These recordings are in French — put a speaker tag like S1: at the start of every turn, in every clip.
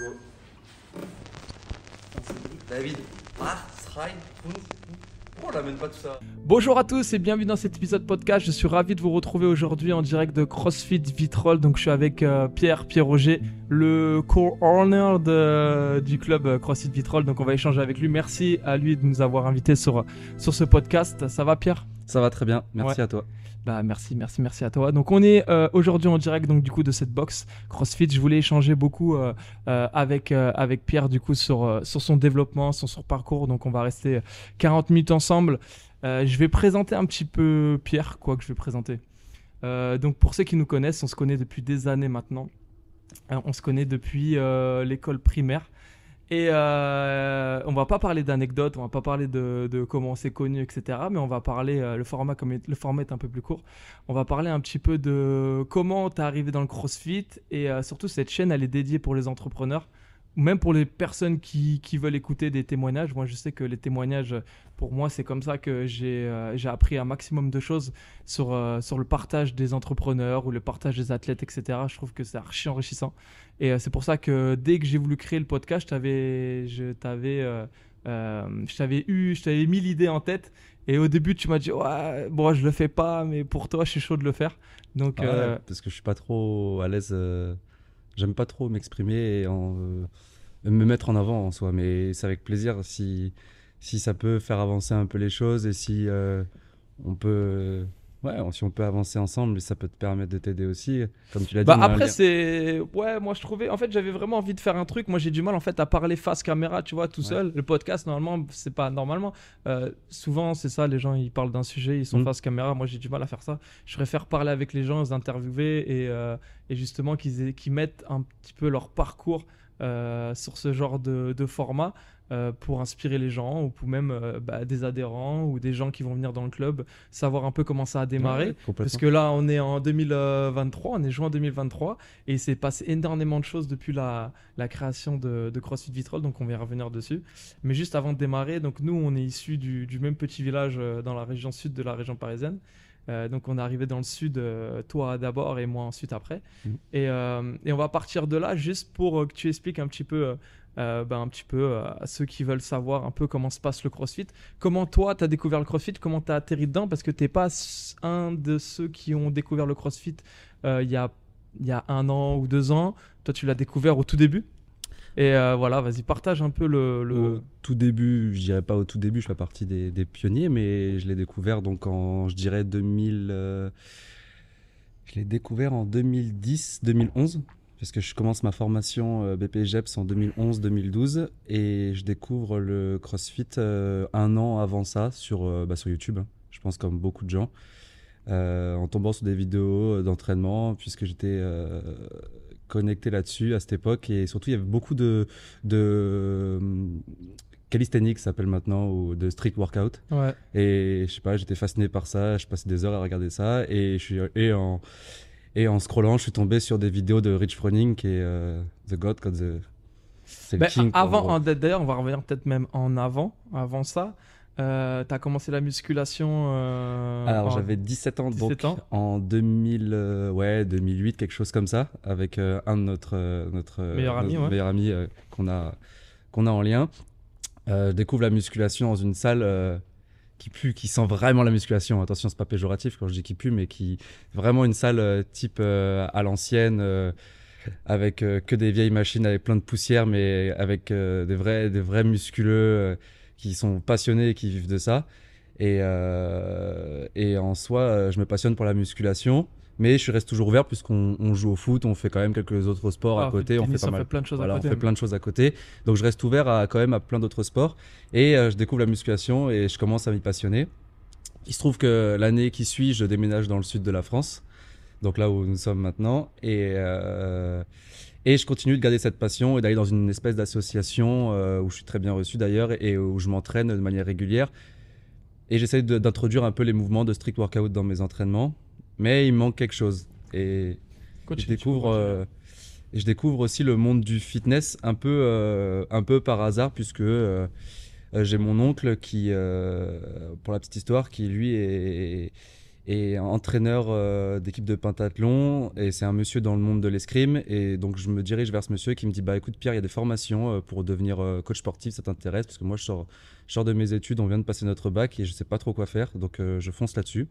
S1: go. David, pourquoi on l'amène pas tout ça?
S2: Bonjour à tous et bienvenue dans cet épisode podcast. Je suis ravi de vous retrouver aujourd'hui en direct de CrossFit Vitrolles. Donc je suis avec Pierre Roger, le co-owner du club CrossFit Vitrolles. Donc on va échanger avec lui. Merci à lui de nous avoir invités sur ce podcast. Ça va Pierre?
S3: Ça va très bien, merci à toi.
S2: Bah merci à toi. Donc on est aujourd'hui en direct donc du coup de cette box CrossFit. Je voulais échanger beaucoup avec Pierre du coup sur son développement, sur son parcours. Donc on va rester 40 minutes ensemble. Je vais présenter un petit peu Pierre, quoi que je vais présenter. Donc pour ceux qui nous connaissent, on se connaît depuis des années maintenant. On se connaît depuis l'école primaire. Et on va pas parler d'anecdotes, on va pas parler de comment on s'est connu, etc. Mais on va parler, le format est un peu plus court, on va parler un petit peu de comment tu es arrivé dans le CrossFit. Et surtout, cette chaîne, elle est dédiée pour les entrepreneurs, ou même pour les personnes qui veulent écouter des témoignages. Moi, je sais que les témoignages, pour moi, c'est comme ça que j'ai appris un maximum de choses sur le partage des entrepreneurs ou le partage des athlètes, etc. Je trouve que c'est archi enrichissant. Et c'est pour ça que dès que j'ai voulu créer le podcast, je t'avais mis l'idée en tête. Et au début, tu m'as dit, ouais, bon, je le fais pas, mais pour toi, je suis chaud de le faire. Donc,
S3: parce que je suis pas trop à l'aise. J'aime pas trop m'exprimer et me mettre en avant en soi, mais c'est avec plaisir si ça peut faire avancer un peu les choses et si on peut avancer ensemble, ça peut te permettre de t'aider aussi, comme tu l'as dit.
S2: Après moi je trouvais, en fait, j'avais vraiment envie de faire un truc. Moi, j'ai du mal en fait à parler face caméra, tu vois, tout seul. Le podcast, normalement, c'est pas normalement. Souvent, c'est ça, les gens ils parlent d'un sujet, ils sont face caméra. Moi, j'ai du mal à faire ça. Je préfère parler avec les gens, les interviewer et justement qu'ils mettent un petit peu leur parcours sur ce genre de format. Pour inspirer les gens ou pour même des adhérents ou des gens qui vont venir dans le club, savoir un peu comment ça a démarré. Parce que là, on est en 2023, on est juin 2023 et il s'est passé énormément de choses depuis la création de CrossFit Vitrolles, donc on va y revenir dessus. Mais juste avant de démarrer, donc nous, on est issus du même petit village dans la région sud de la région parisienne. Donc on est arrivé dans le sud, toi d'abord et moi ensuite après. Et on va partir de là juste pour que tu expliques un petit peu à ceux qui veulent savoir un peu comment se passe le CrossFit. Comment toi, tu as découvert le CrossFit? Comment tu as atterri dedans? Parce que tu n'es pas un de ceux qui ont découvert le CrossFit il y a 1 an ou 2 ans. Toi, tu l'as découvert au tout début. Et voilà, vas-y, partage un peu
S3: Au tout début, je dirais pas au tout début, je fais partie des pionniers, mais je l'ai découvert donc en, je dirais 2000... je l'ai découvert en 2010-2011. Parce que je commence ma formation BPGEPS en 2011-2012 et je découvre le CrossFit 1 an avant ça sur YouTube, je pense comme beaucoup de gens, en tombant sur des vidéos d'entraînement puisque j'étais connecté là-dessus à cette époque et surtout il y avait beaucoup de calisthenics ça s'appelle maintenant ou de street workout.
S2: Ouais.
S3: Et je sais pas, j'étais fasciné par ça, je passais des heures à regarder ça et en scrollant, je suis tombé sur des vidéos de Rich Froning qui est The God, c'est le King.
S2: D'ailleurs, on va revenir peut-être même avant ça. Tu as commencé la musculation
S3: Alors, j'avais 17 ans, donc en 2008, quelque chose comme ça, avec un de notre meilleur ami qu'on a en lien. Découvre la musculation dans une salle qui pue, qui sent vraiment la musculation. Attention, c'est pas péjoratif quand je dis qui pue, mais qui vraiment une salle type à l'ancienne, avec que des vieilles machines avec plein de poussière, mais avec des vrais musculeux qui sont passionnés et qui vivent de ça. Et en soi, je me passionne pour la musculation. Mais je reste toujours ouvert puisqu'on joue au foot, on fait quand même quelques autres sports à côté. On fait
S2: plein de choses
S3: à côté. Donc je reste ouvert à plein d'autres sports. Et je découvre la musculation et je commence à m'y passionner. Il se trouve que l'année qui suit, je déménage dans le sud de la France. Donc là où nous sommes maintenant. Et je continue de garder cette passion et d'aller dans une espèce d'association où je suis très bien reçu d'ailleurs et où je m'entraîne de manière régulière. Et j'essaie d'introduire un peu les mouvements de street workout dans mes entraînements. Mais il me manque quelque chose et je découvre aussi le monde du fitness un peu par hasard puisque j'ai mon oncle qui, pour la petite histoire, qui lui et entraîneur d'équipe de pentathlon, et c'est un monsieur dans le monde de l'escrime, et donc je me dirige vers ce monsieur qui me dit écoute Pierre, il y a des formations pour devenir coach sportif, ça t'intéresse? Parce que moi je sors de mes études, on vient de passer notre bac et je sais pas trop quoi faire, donc je fonce là-dessus.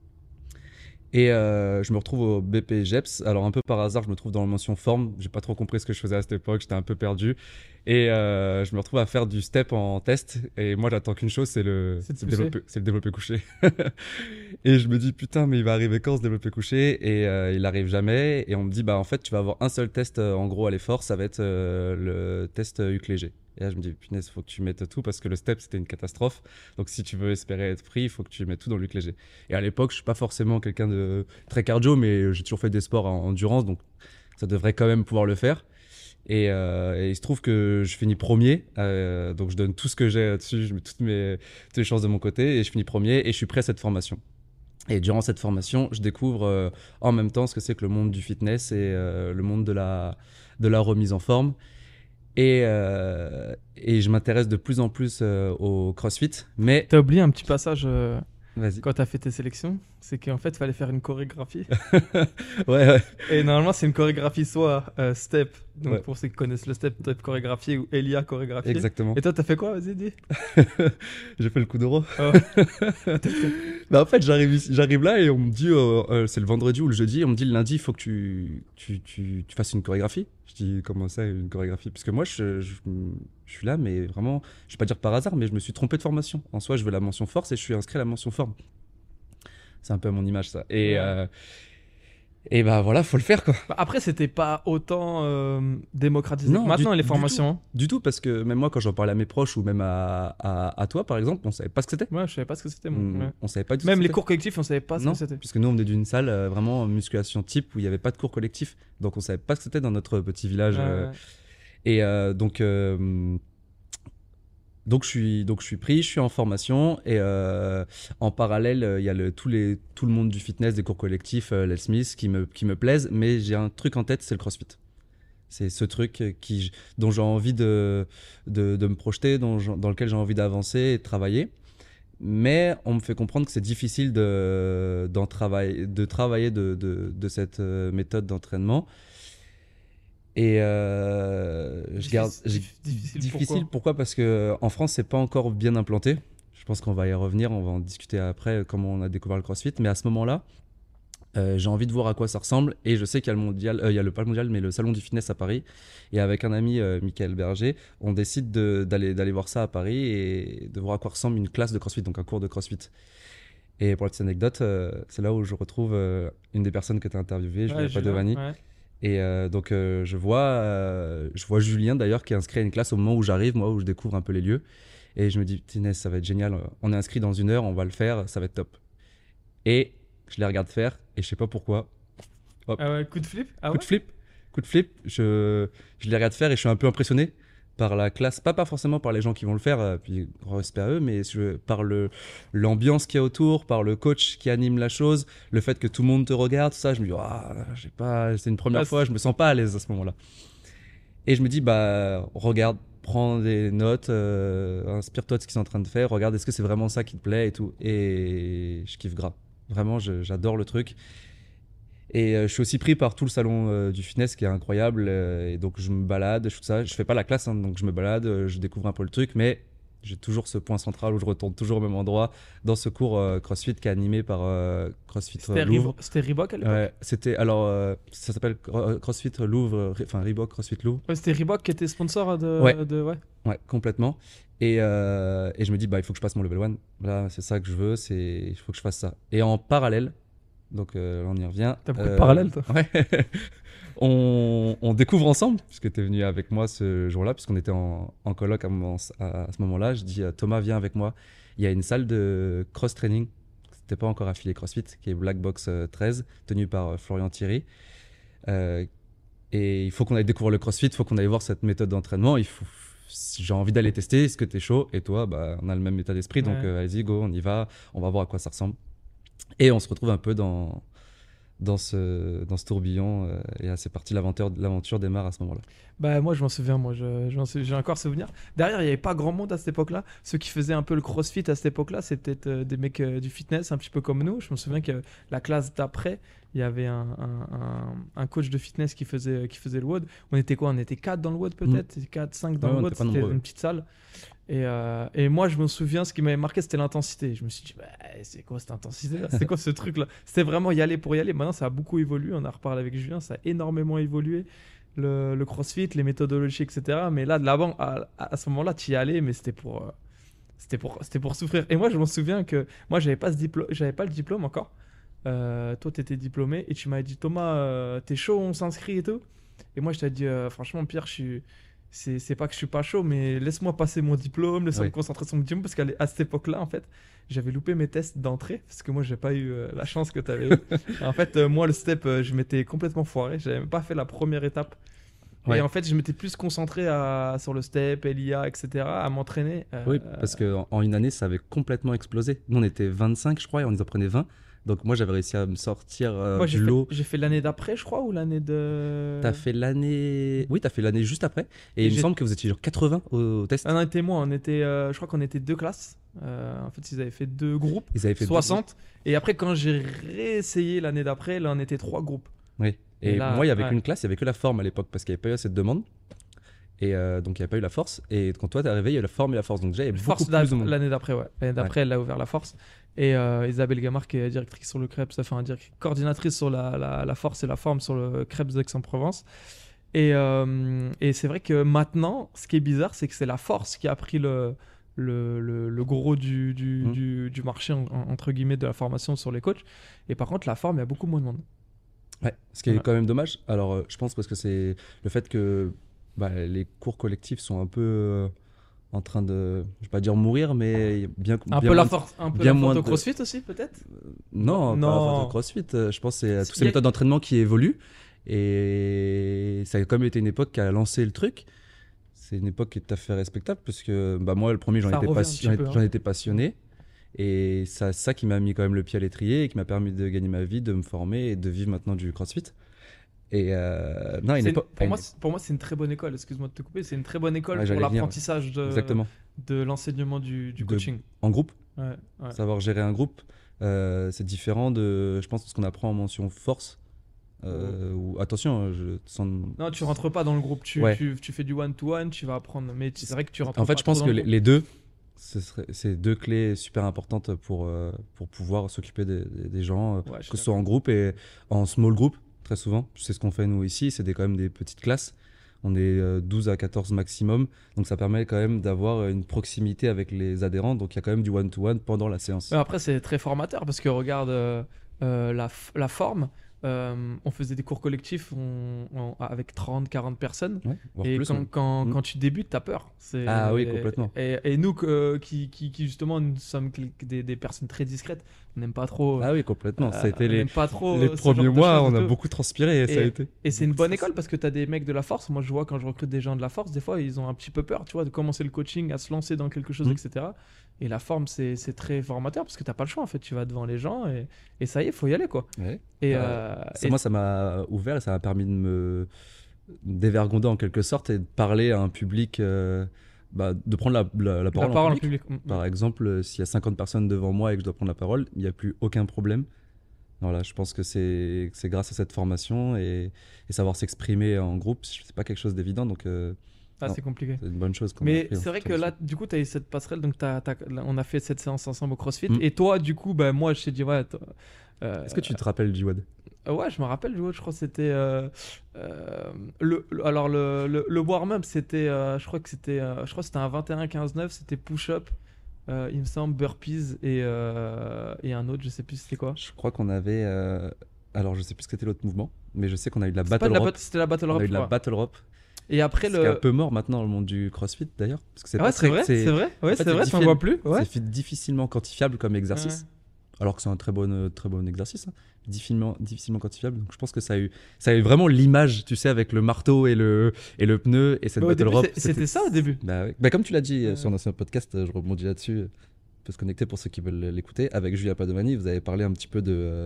S3: Et je me retrouve au BP GEPS. Alors un peu par hasard, je me trouve dans la mention forme. J'ai pas trop compris ce que je faisais à cette époque, j'étais un peu perdu. Et je me retrouve à faire du step en test. Et moi, j'attends qu'une chose, c'est le développé couché. Et je me dis putain, mais il va arriver quand ce développé couché? Et il arrive jamais. Et on me dit en fait, tu vas avoir un seul test en gros à l'effort, ça va être le test huc léger. Et là, je me dis, punaise, il faut que tu mettes tout parce que le step, c'était une catastrophe. Donc, si tu veux espérer être pris, il faut que tu mettes tout dans le luc léger. Et à l'époque, je ne suis pas forcément quelqu'un de très cardio, mais j'ai toujours fait des sports en endurance. Donc, ça devrait quand même pouvoir le faire. Et il se trouve que je finis premier. Donc, je donne tout ce que j'ai là-dessus. Je mets toutes les chances de mon côté et je finis premier et je suis prêt à cette formation. Et durant cette formation, je découvre en même temps ce que c'est que le monde du fitness et le monde de la remise en forme. Et je m'intéresse de plus en plus au CrossFit. Mais
S2: t'as oublié un petit passage
S3: Vas-y.
S2: Quand t'as fait tes sélections, c'est qu'en fait, il fallait faire une chorégraphie.
S3: ouais.
S2: Et normalement, c'est une chorégraphie soit step, donc
S3: ouais.
S2: pour ceux qui connaissent le step chorégraphié ou Elia chorégraphié.
S3: Exactement.
S2: Et toi, t'as fait quoi? Vas-y, dis.
S3: J'ai fait le coup d'euro.
S2: Oh.
S3: En fait, j'arrive là et on me dit, c'est le vendredi ou le jeudi, on me dit le lundi, il faut que tu fasses une chorégraphie. Je dis, comment ça, une chorégraphie? Parce que moi, je suis là, mais vraiment, je vais pas dire par hasard, mais je me suis trompé de formation. En soi, je veux la mention force et je suis inscrit à la mention forme. C'est un peu à mon image, ça. Et bah voilà, faut le faire, quoi.
S2: Après, c'était pas autant démocratisé que maintenant, les formations.
S3: Du tout, parce que même moi, quand j'en parlais à mes proches ou même à toi, par exemple, on savait pas ce que c'était.
S2: Ouais, je savais pas ce que c'était.
S3: On savait pas du tout.
S2: Même les cours collectifs, on savait pas ce que c'était.
S3: Puisque nous, on venait d'une salle vraiment musculation type où il y avait pas de cours collectifs. Donc, on savait pas ce que c'était dans notre petit village. Et donc je suis pris, je suis en formation et en parallèle, il y a tout le monde du fitness, des cours collectifs, Les Smith qui me plaisent, mais j'ai un truc en tête, c'est le CrossFit. C'est ce truc dont j'ai envie de me projeter, dans lequel j'ai envie d'avancer et de travailler. Mais on me fait comprendre que c'est difficile de travailler de cette méthode d'entraînement. Et difficile pourquoi? Parce qu'en France, c'est pas encore bien implanté. Je pense qu'on va y revenir, on va en discuter après, comment on a découvert le CrossFit. Mais à ce moment-là, j'ai envie de voir à quoi ça ressemble. Et je sais qu'il y a pas le mondial, mais le salon du fitness à Paris. Et avec un ami, Michael Berger, on décide d'aller voir ça à Paris et de voir à quoi ressemble une classe de CrossFit, donc un cours de CrossFit. Et pour la petite anecdote, c'est là où je retrouve une des personnes que tu as interviewées, Julien Padovani. Ouais. Et donc je vois Julien d'ailleurs qui est inscrit à une classe au moment où j'arrive, moi où je découvre un peu les lieux. Et je me dis, Tinès, ça va être génial, on est inscrit dans 1 heure, on va le faire, ça va être top. Et je les regarde faire et je sais pas pourquoi.
S2: Hop. Ah ouais, coup de flip.
S3: Coup de flip, je les regarde faire et je suis un peu impressionné par la classe, pas forcément par les gens qui vont le faire, puis respect à eux, mais par l'ambiance qu'il y a autour, par le coach qui anime la chose, le fait que tout le monde te regarde, ça, je me dis, c'est une première fois, je me sens pas à l'aise à ce moment-là. Et je me dis, regarde, prends des notes, inspire-toi de ce qu'ils sont en train de faire, regarde, est-ce que c'est vraiment ça qui te plaît et tout. Et je kiffe grave. Vraiment, j'adore le truc. Et je suis aussi pris par tout le salon du fitness qui est incroyable. Et donc, je me balade, je fais pas la classe, donc je me balade, je découvre un peu le truc, mais j'ai toujours ce point central où je retourne toujours au même endroit dans ce cours CrossFit qui est animé par CrossFit Louvre.
S2: C'était Reebok à l'époque?
S3: Ouais, ça s'appelle CrossFit Louvre, enfin Reebok CrossFit Louvre.
S2: Ouais, c'était Reebok qui était sponsor
S3: Ouais, complètement. Et je me dis, il faut que je passe mon level 1. Là, c'est ça que je veux, il faut que je fasse ça. Et en parallèle, donc on y revient.
S2: T'as beaucoup de parallèles, toi.
S3: Ouais. on découvre ensemble, puisque tu es venu avec moi ce jour-là, puisqu'on était en coloc à ce moment-là. Je dis Thomas, viens avec moi. Il y a une salle de cross-training, c'était pas encore affilié CrossFit, qui est Black Box 13, tenue par Florian Thierry. Et il faut qu'on aille découvrir le CrossFit, il faut qu'on aille voir cette méthode d'entraînement. J'ai envie d'aller tester, est-ce que tu es chaud? Et toi, on a le même état d'esprit, donc allez-y, go, on y va, on va voir à quoi ça ressemble. Et on se retrouve un peu dans dans ce tourbillon. Et c'est parti, l'aventure démarre à ce moment-là.
S2: Bah moi je m'en souviens, j'ai encore souvenir. Derrière il n'y avait pas grand monde à cette époque-là. Ceux qui faisaient un peu le crossfit à cette époque-là, c'était peut-être des mecs du fitness un petit peu comme nous. Je me souviens que la classe d'après, il y avait un coach de fitness qui faisait le WOD. On était quoi? On était 4 dans le WOD peut-être, 4, 5 dans le WOD, c'était une petite salle. Et moi je me souviens, ce qui m'avait marqué c'était l'intensité. Je me suis dit c'est quoi cette intensité là? C'est quoi ce truc là? C'était vraiment y aller pour y aller. Maintenant ça a beaucoup évolué, on a reparlé avec Julien, ça a énormément évolué. Le crossfit, les méthodologies, etc. Mais là, de l'avant, à ce moment-là, tu y allais, mais c'était pour souffrir. Et moi, je me souviens que moi, j'avais pas le diplôme encore. Toi, tu étais diplômé et tu m'avais dit, Thomas, t'es chaud, on s'inscrit et tout. Et moi, je t'ai dit, franchement, Pierre, c'est pas que je suis pas chaud, mais laisse-moi passer mon diplôme, laisse-moi me concentrer sur mon diplôme, parce qu'à cette époque-là, en fait, j'avais loupé mes tests d'entrée, parce que moi, j'ai pas eu la chance que tu avais eu. En fait, moi, le step, je m'étais complètement foiré, j'avais même pas fait la première étape. Et en fait, je m'étais plus concentré sur le step, LIA, etc., à m'entraîner.
S3: Oui, parce qu'en une année, ça avait complètement explosé. Nous, on était 25, je crois, et on en prenait 20. Donc moi, j'avais réussi à me sortir du lot.
S2: J'ai fait l'année d'après, je crois, ou l'année de...
S3: T'as fait l'année... Oui, t'as fait l'année juste après. Et il me semble que vous étiez genre 80 au test.
S2: Ah non, je crois qu'on était 2 classes. En fait, ils avaient fait 2 groupes,
S3: ils avaient fait
S2: 60. Et après, quand j'ai réessayé l'année d'après, là, on était 3 groupes.
S3: Oui. Et là, moi, il n'y avait qu'une classe, il n'y avait que la forme à l'époque, parce qu'il n'y avait pas eu assez de demandes. Et donc, il n'y avait pas eu la force. Et quand toi, t'es arrivé, il y a eu la forme et la force. Donc, déjà, il y avait beaucoup plus de monde.
S2: L'année d'après, ouais. L'année d'après, elle a ouvert la force. Et Isabelle Gamard, qui est directrice sur le Krebs, enfin, coordinatrice sur la force et la forme sur le Krebs d'Aix-en-Provence. Et c'est vrai que maintenant, ce qui est bizarre, c'est que c'est la force qui a pris le gros du marché, entre guillemets, de la formation sur les coachs. Et par contre, la forme, il y a beaucoup moins de monde.
S3: Ouais, ce qui est quand même dommage. Alors, je pense parce que c'est le fait que les cours collectifs sont un peu en train de, je vais pas dire mourir, mais bien
S2: peu la force, un peu bien la force au CrossFit aussi, peut-être.
S3: Non, pas la force au CrossFit. Je pense que c'est toutes ces méthodes d'entraînement qui évoluent. Et ça a quand même été une époque qui a lancé le truc. C'est une époque qui est tout à fait respectable, parce que moi, le premier, j'en étais passionné. Et c'est ça qui m'a mis quand même le pied à l'étrier et qui m'a permis de gagner ma vie, de me former et de vivre maintenant du CrossFit. Et
S2: pour moi, c'est une très bonne école. Excuse-moi de te couper. C'est une très bonne école pour l'apprentissage de l'enseignement du coaching.
S3: En groupe. Savoir gérer un groupe, c'est différent de, je pense, de ce qu'on apprend en mention force. Attention,
S2: non, tu rentres pas dans le groupe. Tu fais du one-to-one, tu vas apprendre. Mais c'est vrai que tu rentres.
S3: En fait, je pense que les deux. C'est 2 clés super importantes pour pouvoir s'occuper des gens, que ce soit en groupe et en small group, très souvent. C'est ce qu'on fait nous ici, c'est quand même des petites classes. On est 12 à 14 maximum, donc ça permet quand même d'avoir une proximité avec les adhérents. Donc il y a quand même du one-to-one pendant la séance.
S2: Après, c'est très formateur parce que regarde la forme. On faisait des cours collectifs avec 30-40 personnes. Et quand tu débutes, t'as peur.
S3: Ah oui, complètement.
S2: Et nous, qui justement, nous sommes des personnes très discrètes, on n'aime pas trop.
S3: Ah oui, complètement. Ça a été les premiers mois, on a beaucoup transpiré.
S2: Et c'est une bonne école parce que t'as des mecs de la force. Moi, je vois quand je recrute des gens de la force, des fois, ils ont un petit peu peur, tu vois, de commencer le coaching, à se lancer dans quelque chose, etc. Et la forme, c'est très formateur parce que t'as pas le choix, en fait. Tu vas devant les gens et ça y est, faut y aller, quoi.
S3: Ouais. Moi, ça m'a ouvert et ça m'a permis de me dévergonder en quelque sorte et de parler à un public, de prendre la parole en public. Par exemple, s'il y a 50 personnes devant moi et que je dois prendre la parole, il n'y a plus aucun problème. Voilà, je pense que c'est grâce à cette formation et savoir s'exprimer en groupe, c'est pas quelque chose d'évident, donc
S2: c'est compliqué.
S3: C'est une bonne chose.
S2: Mais c'est vrai que là, du coup, tu as eu cette passerelle, donc on a fait cette séance ensemble au CrossFit. Et toi, du coup, moi, je t'ai dit,
S3: est-ce que tu te rappelles du WOD?
S2: Ouais, je me rappelle du WOD, je crois que c'était... le warm-up, c'était... je crois que c'était un 21-15-9, c'était push-up, il me semble, burpees et un autre, je sais plus c'était quoi.
S3: Je crois qu'on avait... alors, je sais plus ce qu'était l'autre mouvement, mais je sais qu'on a eu de la battle rope.
S2: C'était la battle rope.
S3: On a eu de la battle rope.
S2: Et après
S3: c'est un peu mort maintenant dans le monde du CrossFit d'ailleurs, parce que
S2: c'est vrai, ça on voit plus.
S3: C'est difficilement quantifiable comme exercice, alors que c'est un très bon exercice, difficilement quantifiable. Donc je pense que ça a eu vraiment l'image, tu sais, avec le marteau et le pneu et cette battle rope.
S2: C'était ça au début.
S3: Comme tu l'as dit sur notre podcast, je rebondis là-dessus. On peut se connecter pour ceux qui veulent l'écouter. Avec Julia Padovani, vous avez parlé un petit peu de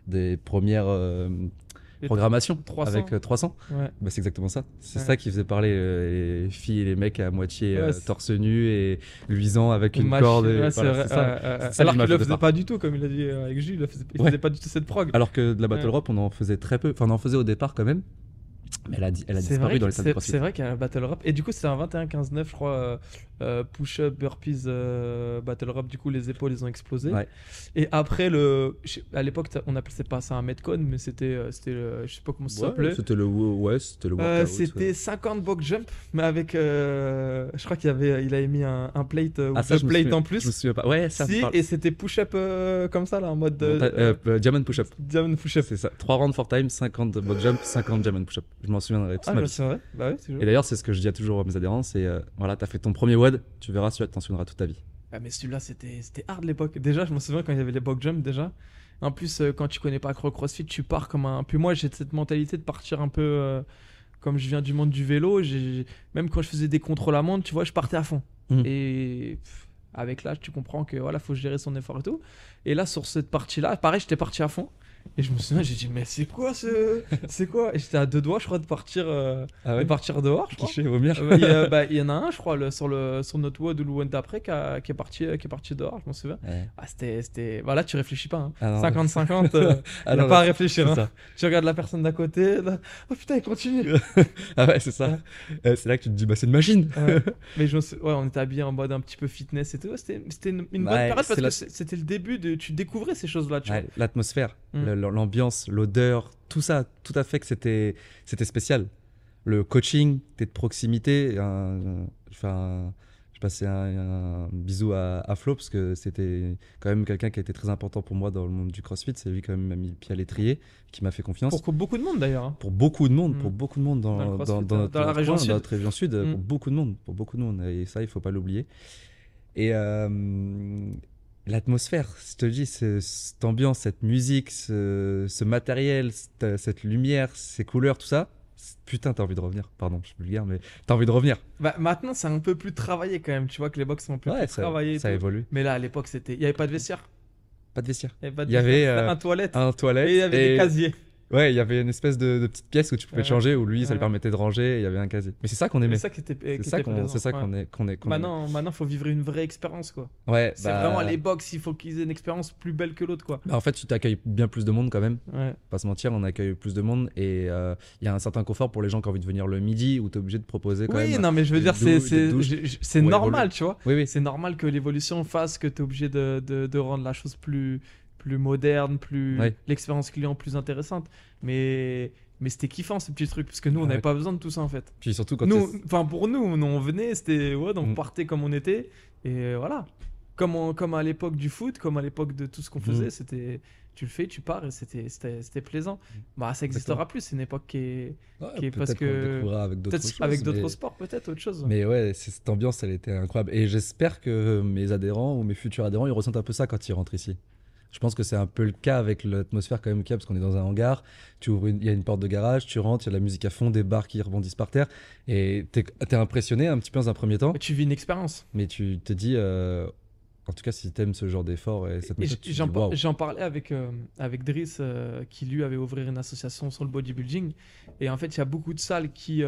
S3: des premières programmations
S2: 300.
S3: avec 300.
S2: Ouais.
S3: Bah, c'est exactement ça. C'est ça qui faisait parler les filles et les mecs à moitié torse nu et luisant avec une corde.
S2: Ouais, c'est vrai. Alors qu'il le faisait pas du tout, comme il a dit avec Jules, il faisait pas du tout cette prog.
S3: Alors que de la Battle Rap, on en faisait très peu. Enfin, on en faisait au départ quand même. Mais elle a disparu dans les salles de CrossFit.
S2: C'est vrai qu'il y a un Battle Rap. Et du coup, c'était un 21-15-9, je crois. Push-up, burpees, Battle Rap. Du coup, les épaules, ils ont explosé.
S3: Ouais.
S2: Et après, à l'époque, on appelait pas ça un Metcon, mais c'était je sais pas comment ça s'appelait.
S3: C'était le workout.
S2: C'était 50 box jump, mais avec. Je crois il avait mis un plate ou deux plates en plus.
S3: Je me souviens pas. Ouais, ça
S2: si, et c'était push-up comme ça, là, en mode.
S3: Diamond push-up.
S2: Diamond push-up.
S3: C'est ça. 3 rounds 4 time, 50 box jump, 50 diamond push-up. Je m'en souviendrai tout ma vie.
S2: C'est vrai. Bah ouais, c'est
S3: et d'ailleurs, c'est ce que je dis toujours à mes adhérents, c'est voilà, t'as fait ton premier WOD, tu verras, celui-là t'en souviendras toute ta vie.
S2: Ah, mais celui-là, c'était hard l'époque. Déjà, je me souviens quand il y avait les box jump déjà. En plus, quand tu connais pas CrossFit, tu pars comme un. Puis moi, j'ai cette mentalité de partir un peu comme je viens du monde du vélo. Même quand je faisais des contrôles à montre, tu vois, je partais à fond. Et avec l'âge, tu comprends que voilà, faut gérer son effort et tout. Et là, sur cette partie-là, pareil, j'étais parti à fond. Et je me souviens, j'ai dit, mais c'est quoi c'est quoi? Et j'étais à 2 doigts, je crois, de partir dehors, je crois. Il y en a un, je crois, sur notre WOD ou le WOD d'après qui est parti dehors, je m'en souviens. Ouais. Ah, c'était. Voilà, tu réfléchis pas. Hein. 50-50, il n'y a pas à réfléchir. Hein. Tu regardes la personne d'à côté, là. Oh putain, il continue.
S3: Ah ouais, c'est ça. C'est là que tu te dis, bah c'est une machine.
S2: Mais on était habillés en mode un petit peu fitness et tout. C'était une bonne période parce que c'était le début tu découvrais ces choses-là. Tu vois.
S3: L'atmosphère. L'ambiance, l'odeur, tout ça, tout à fait que c'était spécial. Le coaching, t'es de proximité. Je passais un bisou à Flo parce que c'était quand même quelqu'un qui a été très important pour moi dans le monde du CrossFit. C'est lui quand même qui m'a mis le pied à l'étrier, qui m'a fait confiance.
S2: Pour beaucoup de monde d'ailleurs.
S3: Pour beaucoup de monde, dans
S2: la région sud.
S3: Dans notre région sud, pour beaucoup de monde. Et ça, il faut pas l'oublier. Et l'atmosphère, je te dis, cette ambiance, cette musique, ce matériel, cette lumière, ces couleurs, tout ça, putain, t'as envie de revenir. Pardon, je suis vulgaire, mais t'as envie de revenir.
S2: Bah, maintenant, c'est un peu plus travaillé quand même. Tu vois que les box sont un peu plus travaillés.
S3: Ça évolue.
S2: Mais là, à l'époque, il n'y avait pas de vestiaire.
S3: Pas de vestiaire.
S2: Il y avait un toilette.
S3: Et
S2: il y avait des casiers.
S3: Ouais, il y avait une espèce de petite pièce où tu pouvais te changer, où lui, ça lui permettait de ranger, et il y avait un casier. Mais c'est ça qu'on aimait.
S2: C'est ça
S3: qu'on est.
S2: Maintenant, faut vivre une vraie expérience, quoi.
S3: Ouais.
S2: C'est vraiment les box, il faut qu'ils aient une expérience plus belle que l'autre, quoi.
S3: En fait, tu t'accueilles bien plus de monde quand même. Ouais. Pas se mentir, on accueille plus de monde, et il y a un certain confort pour les gens qui ont envie de venir le midi, où t'es obligé de proposer quand même.
S2: Oui, non, mais je veux dire, c'est normal, tu vois.
S3: Oui.
S2: C'est normal que l'évolution fasse que t'es obligé de rendre la chose plus moderne, l'expérience client plus intéressante. Mais c'était kiffant ces petits trucs parce que nous on n'avait pas besoin de tout ça en fait.
S3: Puis surtout quand
S2: pour nous on venait, c'était donc on partait comme on était et voilà. Comme à l'époque du foot, comme à l'époque de tout ce qu'on faisait, c'était tu le fais, tu pars et c'était plaisant. Bah ça existera plus, c'est une époque qui est parce que avec d'autres sports peut-être autre chose.
S3: Mais ouais, cette ambiance elle était incroyable et j'espère que mes adhérents ou mes futurs adhérents ils ressentent un peu ça quand ils rentrent ici. Je pense que c'est un peu le cas avec l'atmosphère quand même qu'il y a parce qu'on est dans un hangar, il y a une porte de garage, tu rentres, il y a de la musique à fond, des bars qui rebondissent par terre et t'es impressionné un petit peu dans un premier temps.
S2: Mais tu vis une expérience.
S3: Mais tu te dis, en tout cas si t'aimes ce genre d'effort et cette méthode,
S2: j'en parlais avec Driss qui lui avait ouvert une association sur le bodybuilding et en fait il y a beaucoup de salles qui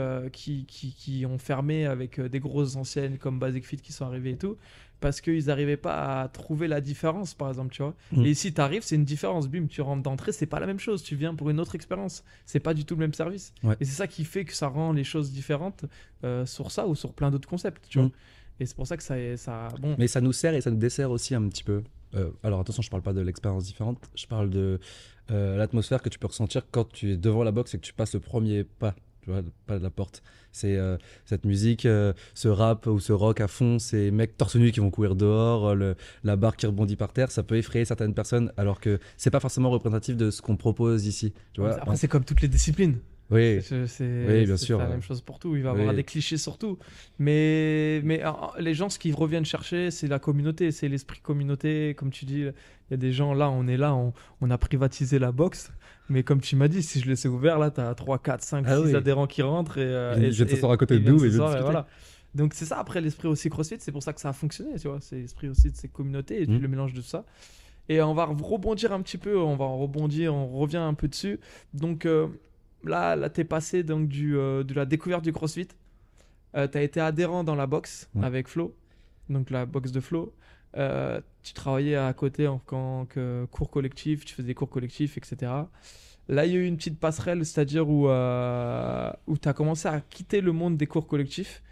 S2: ont fermé avec des grosses enseignes comme Basic Fit qui sont arrivées et tout. Parce qu'ils n'arrivaient pas à trouver la différence, par exemple, tu vois. Et ici, tu arrives, c'est une différence. Bim, tu rentres d'entrée, c'est pas la même chose. Tu viens pour une autre expérience. C'est pas du tout le même service. Ouais. Et c'est ça qui fait que ça rend les choses différentes sur ça ou sur plein d'autres concepts, tu vois. Et c'est pour ça que ça bon.
S3: Mais ça nous sert et ça nous dessert aussi un petit peu. Alors attention, je parle pas de l'expérience différente. Je parle de l'atmosphère que tu peux ressentir quand tu es devant la boxe et que tu passes le premier pas. Tu vois, pas de la porte. C'est cette musique, ce rap ou ce rock à fond, ces mecs torse nu qui vont courir dehors, la barre qui rebondit par terre, ça peut effrayer certaines personnes alors que c'est pas forcément représentatif de ce qu'on propose ici. Tu vois.
S2: Après, c'est comme toutes les disciplines.
S3: Oui, bien sûr.
S2: C'est la même chose pour tout. Il va y avoir des clichés sur tout. Mais les gens, ce qu'ils reviennent chercher, c'est la communauté, c'est l'esprit communauté. Comme tu dis, il y a des gens là, on a privatisé la boxe. Mais comme tu m'as dit, si je laissais ouvert, là, tu as 3, 4, 5, 6 adhérents qui rentrent. Et
S3: je t'asseoir à côté de nous.
S2: Voilà. Donc c'est ça, après, l'esprit aussi CrossFit. C'est pour ça que ça a fonctionné. Tu vois, c'est l'esprit aussi de ces communautés et le mélange de ça. Et on va rebondir un petit peu, on revient un peu dessus. Donc là tu es passé donc, de la découverte du CrossFit. Tu as été adhérent dans la boxe avec Flo, donc la boxe de Flo. Tu travaillais à côté en tant que cours collectif, tu faisais des cours collectifs, etc. Là, il y a eu une petite passerelle, c'est-à-dire où tu as commencé à quitter le monde des cours collectifs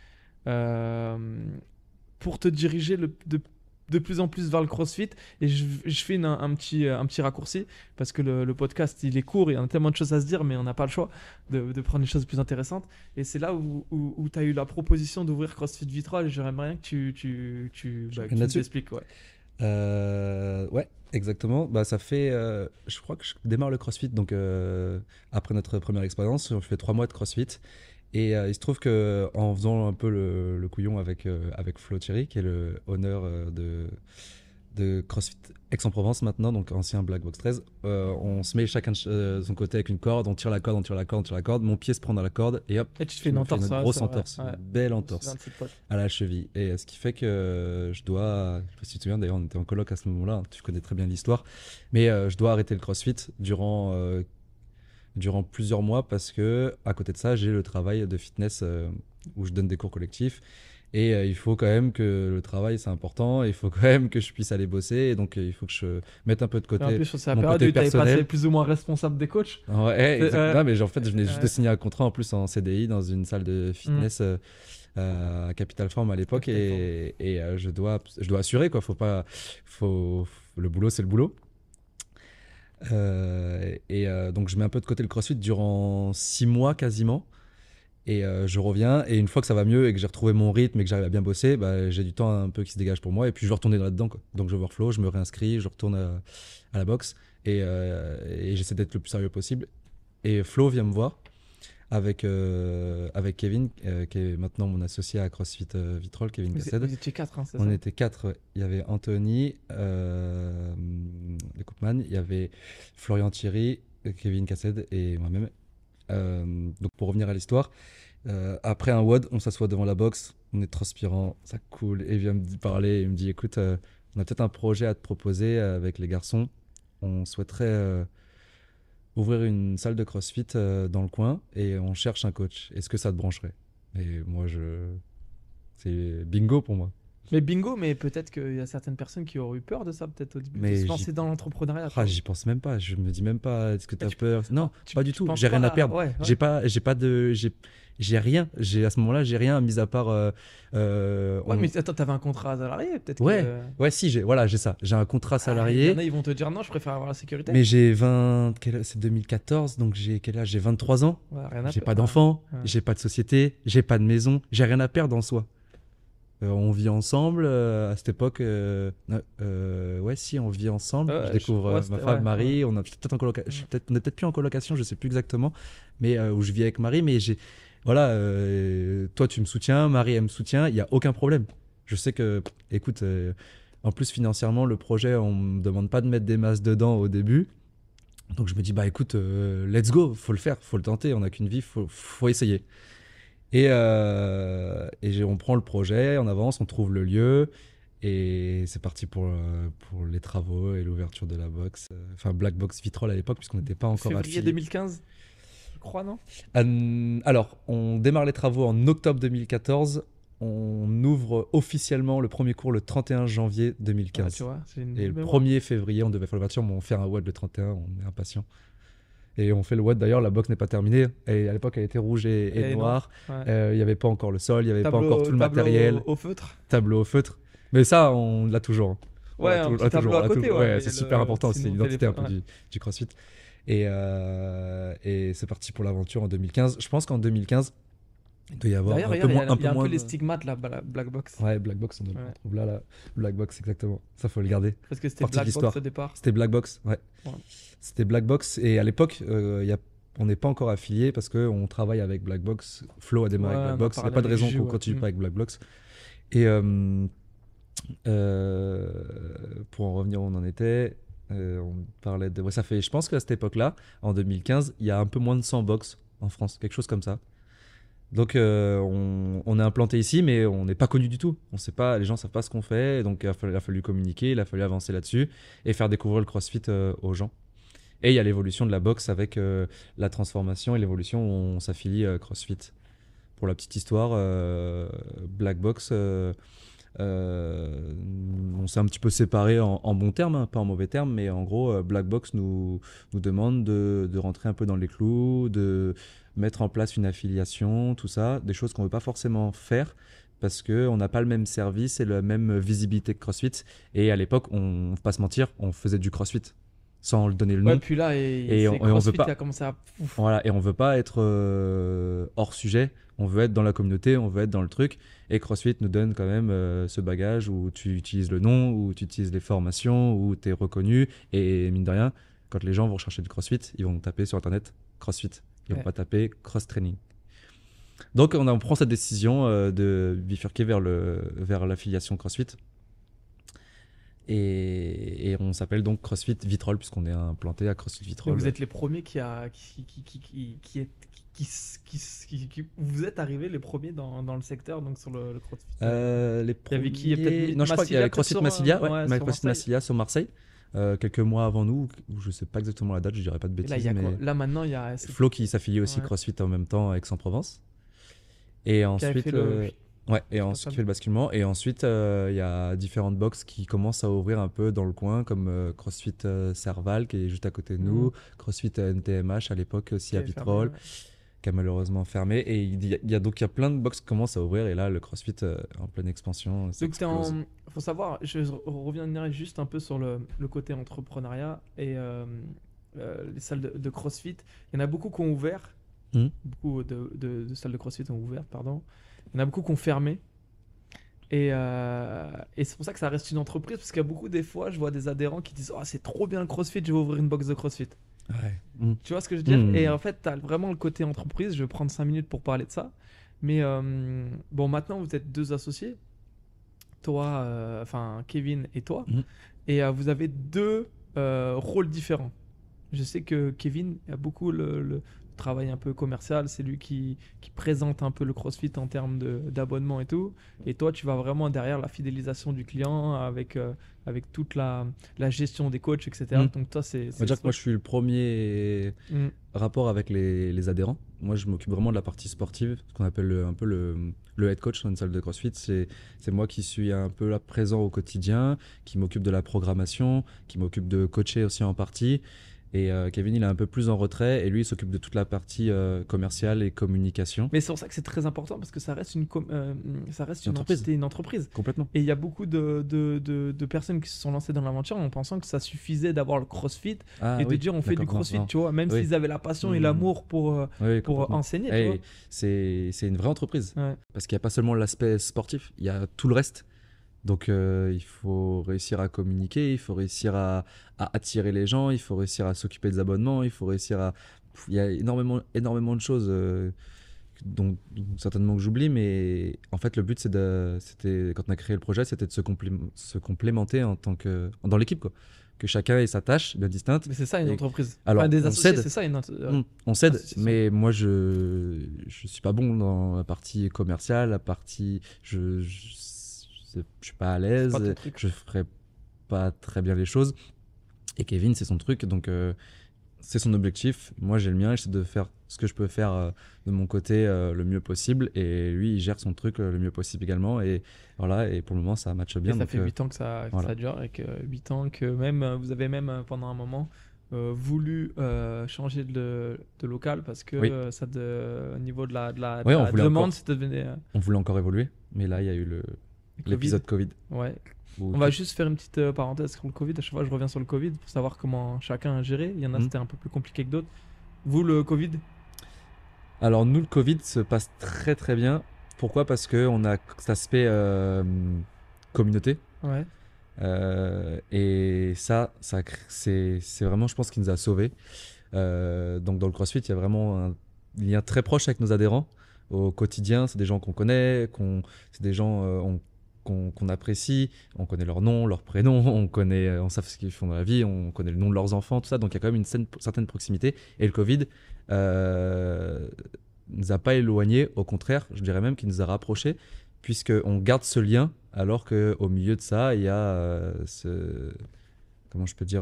S2: pour te diriger de plus en plus vers le CrossFit. Et je fais un petit raccourci parce que le podcast, il est court, il y a tellement de choses à se dire, mais on n'a pas le choix de prendre des choses plus intéressantes. Et c'est là où tu as eu la proposition d'ouvrir CrossFit Vitrolles et j'aimerais bien que tu nous expliques.
S3: Ouais, exactement. Bah, ça fait, je crois que je démarre le CrossFit donc après notre première expérience, je fais 3 mois de CrossFit et il se trouve que en faisant un peu le couillon avec Flo Thierry, qui est le owner de CrossFit Aix-en-Provence maintenant, donc ancien Black Box 13, on se met chacun de son côté avec une corde, on tire la corde, mon pied se prend dans la corde et hop,
S2: et tu te fais une entorse,
S3: une grosse entorse, une belle entorse à la cheville. Et ce qui fait que je dois, je sais pas si tu te souviens, d'ailleurs on était en coloc à ce moment-là, tu connais très bien l'histoire, mais je dois arrêter le CrossFit durant plusieurs mois parce que à côté de ça j'ai le travail de fitness où je donne des cours collectifs. Et il faut quand même que le travail, c'est important. Il faut quand même que je puisse aller bosser. Et donc, il faut que je mette un peu de côté mon côté personnel.
S2: C'est la période où tu avais passé plus ou moins responsable des coachs.
S3: Ouais, exactement. Mais en fait, je venais juste de signer un contrat en plus en CDI dans une salle de fitness à Capital Form à l'époque. Et je dois assurer, quoi. Le boulot, c'est le boulot. Donc, je mets un peu de côté le CrossFit durant 6 mois quasiment. Et je reviens, et une fois que ça va mieux et que j'ai retrouvé mon rythme et que j'arrive à bien bosser, bah, j'ai du temps un peu qui se dégage pour moi et puis je vais retourner là-dedans, quoi. Donc je vais voir Flo, je me réinscris, je retourne à la boxe et j'essaie d'être le plus sérieux possible. Et Flo vient me voir avec Kevin, qui est maintenant mon associé à CrossFit Vitrolles, Kevin Cassed.
S2: Vous étiez 4, c'est ça ?
S3: On était 4, ouais. Il y avait Anthony, le Coupman, il y avait Florian Thierry, Kevin Cassed et moi-même. Donc pour revenir à l'histoire, après un WOD, on s'assoit devant la box, on est transpirant, ça coule, et il vient me parler, il me dit écoute, on a peut-être un projet à te proposer avec les garçons, on souhaiterait ouvrir une salle de CrossFit dans le coin et on cherche un coach, est-ce que ça te brancherait? Et moi c'est bingo pour moi.
S2: Mais bingo, mais peut-être qu'il y a certaines personnes qui auraient eu peur de ça, peut-être au début, de se lancer dans l'entrepreneuriat.
S3: J'y pense même pas, je me dis même pas, est-ce que tu as peur? Non, pas du tout, j'ai rien à perdre. Ouais. J'ai rien, à ce moment-là, j'ai rien, mis à part...
S2: mais attends, t'avais un contrat salarié, peut-être
S3: Ouais, si, j'ai ça, j'ai un contrat salarié.
S2: Il y en a, ils vont te dire non, je préfère avoir la sécurité.
S3: Mais c'est 2014, donc j'ai quel âge? J'ai 23 ans, j'ai pas d'enfant, j'ai pas de société, j'ai pas de maison, j'ai rien à perdre en soi. On vit ensemble à cette époque. On vit ensemble. Je découvre ma femme Marie. On est peut-être plus en colocation, je sais plus exactement, mais où je vis avec Marie. Mais toi tu me soutiens, Marie elle me soutient. Il y a aucun problème. Je sais que, écoute, en plus financièrement le projet, on me demande pas de mettre des masses dedans au début. Donc je me dis écoute, let's go, faut le faire, faut le tenter. On n'a qu'une vie, faut essayer. Et on prend le projet, on avance, on trouve le lieu et c'est parti pour les travaux et l'ouverture de la box, enfin Black Box Vitrolles à l'époque puisqu'on n'était pas encore affilié.
S2: Février 2015, je crois, non?
S3: Alors, on démarre les travaux en octobre 2014, on ouvre officiellement le premier cours le 31 janvier 2015.
S2: Tu vois,
S3: et le 1er février, on devait faire l'ouverture, mais on fait un WOD le 31, on est impatient. Et on fait le WOD, d'ailleurs, la box n'est pas terminée. Et à l'époque, elle était rouge et noire. Il n'y avait pas encore le sol, il n'y avait pas encore tout le matériel. Tableau au feutre. Mais ça, on l'a toujours.
S2: Ouais, un petit tableau à côté.
S3: C'est super important, c'est l'identité un peu du CrossFit. Et c'est parti pour l'aventure en 2015. Je pense qu'en 2015, il doit y avoir un peu moins.
S2: Il y a un peu les stigmates, la Black Box.
S3: Ouais, Black Box, on trouve là, la Black Box, exactement. Ça, faut le garder.
S2: Parce que c'était Black Box au départ.
S3: C'était Black Box, ouais. C'était Black Box. Et à l'époque, on n'est pas encore affilié parce qu'on travaille avec Black Box. Flo a démarré avec Black Box. Il n'y a pas de raison qu'on continue pas avec Black Box. Et pour en revenir où on en était, on parlait de. Ça fait, je pense qu'à cette époque-là, en 2015, il y a un peu moins de 100 box en France, quelque chose comme ça. Donc on est implanté ici, mais on n'est pas connu du tout. On sait pas, les gens savent pas ce qu'on fait, donc il a fallu communiquer, il a fallu avancer là-dessus et faire découvrir le CrossFit aux gens. Et il y a l'évolution de la boxe avec la transformation et l'évolution où on s'affilie CrossFit. Pour la petite histoire, Black Box, on s'est un petit peu séparés en bons termes, hein, pas en mauvais termes, mais en gros, Black Box nous demande de rentrer un peu dans les clous, de mettre en place une affiliation, tout ça, des choses qu'on ne veut pas forcément faire parce qu'on n'a pas le même service et la même visibilité que CrossFit. Et à l'époque, on ne va pas se mentir, on faisait du CrossFit sans le donner le nom.
S2: Ouais, puis là, on veut pas. A commencé à...
S3: Voilà, et on veut pas être hors sujet. On veut être dans la communauté, on veut être dans le truc. Et CrossFit nous donne quand même ce bagage où tu utilises le nom, où tu utilises les formations, où tu es reconnu. Et mine de rien, quand les gens vont rechercher du CrossFit, ils vont taper sur Internet CrossFit. Ils vont pas taper cross-training. Donc on prend cette décision de bifurquer vers l'affiliation CrossFit. Et on s'appelle donc CrossFit Vitrolles puisqu'on est implanté à CrossFit Vitrolles.
S2: Vous êtes les premiers vous êtes arrivés les premiers dans le secteur, donc sur le CrossFit.
S3: Les premiers...
S2: Il y avait qui?
S3: Non, je crois qu'il y avait CrossFit Massilia, CrossFit Massilia sur Marseille. Quelques mois avant nous, je sais pas exactement la date, je dirais pas de bêtises.
S2: Là maintenant, il y a
S3: Flo qui s'affilie aussi CrossFit en même temps avec Aix-en-Provence. Et ensuite, ensuite qui fait le basculement. Et ensuite, il y a différentes boxes qui commencent à ouvrir un peu dans le coin, comme CrossFit Serval qui est juste à côté de nous, CrossFit NTMH à l'époque aussi à Vitrolles, qui a malheureusement fermé. Et il y a plein de boxes qui commencent à ouvrir. Et là, le CrossFit en pleine expansion.
S2: Donc, faut savoir, je reviendrai juste un peu sur le côté entrepreneuriat et les salles de CrossFit. Il y en a beaucoup qui ont ouvert. Beaucoup de salles de CrossFit ont ouvert, pardon. Il y en a beaucoup qui ont fermé. Et c'est pour ça que ça reste une entreprise, parce qu'il y a beaucoup des fois, je vois des adhérents qui disent « Oh, c'est trop bien le CrossFit, je vais ouvrir une box de CrossFit. » Tu vois ce que je veux dire? Et en fait, tu as vraiment le côté entreprise. Je vais prendre 5 minutes pour parler de ça. Mais bon, maintenant, vous êtes 2 associés. Toi, Kevin et toi. Et vous avez 2 rôles différents. Je sais que Kevin a beaucoup le travail un peu commercial, c'est lui qui présente un peu le CrossFit en termes d'abonnement et tout. Et toi, tu vas vraiment derrière la fidélisation du client avec toute la gestion des coachs, etc. Donc toi, c'est...
S3: On va dire que moi, je suis le premier rapport avec les adhérents. Moi, je m'occupe vraiment de la partie sportive, ce qu'on appelle un peu le head coach dans une salle de CrossFit. C'est moi qui suis un peu là présent au quotidien, qui m'occupe de la programmation, qui m'occupe de coacher aussi en partie. Et Kevin, il est un peu plus en retrait et lui, il s'occupe de toute la partie commerciale et communication.
S2: Mais c'est pour ça que c'est très important parce que ça reste une entreprise.
S3: Complètement.
S2: Et il y a beaucoup de personnes qui se sont lancées dans l'aventure en pensant que ça suffisait d'avoir le CrossFit de dire on fait du CrossFit, non. Tu vois, même s'ils avaient la passion et l'amour pour enseigner. Tu vois.
S3: C'est une vraie entreprise parce qu'il n'y a pas seulement l'aspect sportif, il y a tout le reste. Donc il faut réussir à communiquer, il faut réussir à attirer les gens, il faut réussir à s'occuper des abonnements, il faut réussir à... Il y a énormément de choses dont certainement que j'oublie, mais en fait le but c'était quand on a créé le projet, c'était de se complémenter dans l'équipe, quoi. Que chacun ait sa tâche bien distincte.
S2: Mais c'est ça une entreprise.
S3: Alors
S2: des associés,
S3: c'est
S2: ça
S3: on s'aide, mais moi je suis pas bon dans la partie commerciale, la partie je suis pas à l'aise, je ferai pas très bien les choses. Et Kevin, c'est son truc, donc c'est son objectif. Moi, j'ai le mien, j'essaie de faire ce que je peux faire de mon côté le mieux possible. Et lui, il gère son truc le mieux possible également. Et voilà, et pour le moment, ça matche bien.
S2: Et ça fait 8 ans que ça dure, et que 8 ans que même vous avez même pendant un moment voulu changer de local parce que au niveau de la demande, c'était devenu...
S3: On voulait encore évoluer, mais là, il y a eu l'épisode Covid.
S2: Ouais. On va juste faire une petite parenthèse sur le Covid. À chaque fois, je reviens sur le Covid pour savoir comment chacun a géré. Il y en a, c'était un peu plus compliqué que d'autres. Vous, le Covid?
S3: Alors, nous, le Covid se passe très très bien. Pourquoi? Parce qu'on a cet aspect communauté.
S2: Ouais.
S3: Et ça c'est vraiment, je pense, ce qui nous a sauvés. Donc, dans le CrossFit, il y a vraiment un lien très proche avec nos adhérents. Au quotidien, c'est des gens qu'on connaît, c'est des gens qu'on apprécie, on connaît leur nom, leur prénom, on sait ce qu'ils font dans la vie, on connaît le nom de leurs enfants, tout ça. Donc il y a quand même une certaine proximité. Et le Covid nous a pas éloignés, au contraire, je dirais même qu'il nous a rapprochés, puisqu'on garde ce lien, alors qu'au milieu de ça, il y a comment je peux dire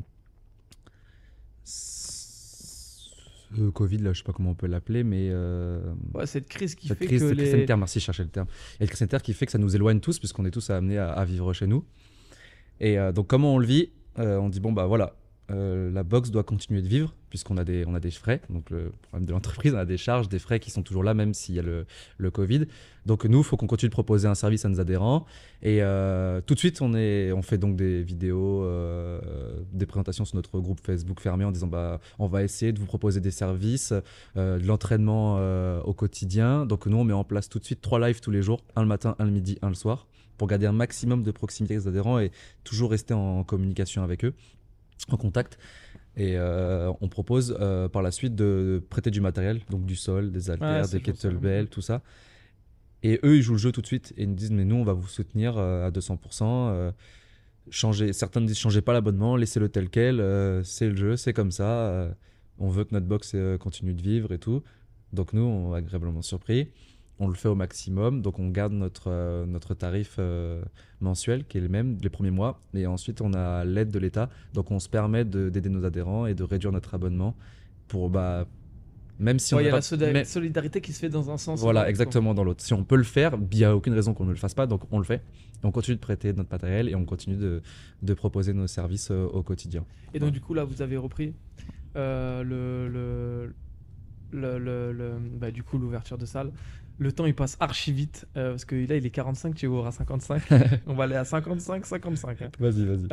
S3: Covid, là, je sais pas comment on peut l'appeler, mais
S2: cette crise qui
S3: cette
S2: fait
S3: crise,
S2: que
S3: cette crise sanitaire, merci, je cherchais le terme. Et la crise sanitaire qui fait que ça nous éloigne tous, puisqu'on est tous amenés à vivre chez nous. Et donc, comment on le vit on dit, bon, bah voilà, la box doit continuer de vivre, puisqu'on a des frais. Donc, le problème de l'entreprise, on a des charges, des frais qui sont toujours là, même s'il y a le Covid. Donc, nous, il faut qu'on continue de proposer un service à nos adhérents. Et tout de suite, on fait donc des vidéos, des présentations sur notre groupe Facebook fermé en disant, bah, on va essayer de vous proposer des services, de l'entraînement au quotidien. Donc, nous, on met en place tout de suite 3 lives tous les jours, un le matin, un le midi, un le soir, pour garder un maximum de proximité avec les adhérents et toujours rester en communication avec eux, en contact. Et on propose par la suite de prêter du matériel, donc du sol, des haltères, des kettlebells, tout ça. Et eux, ils jouent le jeu tout de suite et ils nous disent, mais nous, on va vous soutenir à 200%. Certains nous disent, changez pas l'abonnement, laissez-le tel quel, c'est le jeu, c'est comme ça. On veut que notre box continue de vivre et tout. Donc nous, on est agréablement surpris. On le fait au maximum, donc on garde notre tarif mensuel qui est le même les premiers mois, et ensuite on a l'aide de l'État, donc on se permet d'aider nos adhérents et de réduire notre abonnement pour même si
S2: il y a la solidarité qui se fait dans un sens.
S3: Voilà, exactement, dans l'autre. Si on peut le faire, il n'y a aucune raison qu'on ne le fasse pas, donc on le fait. On continue de prêter notre matériel et on continue de proposer nos services au quotidien.
S2: Et donc du coup là vous avez repris du coup l'ouverture de salle. Le temps il passe archi vite parce que là il est 45, tu vas à 55. On va aller à 55. Hein.
S3: Vas-y.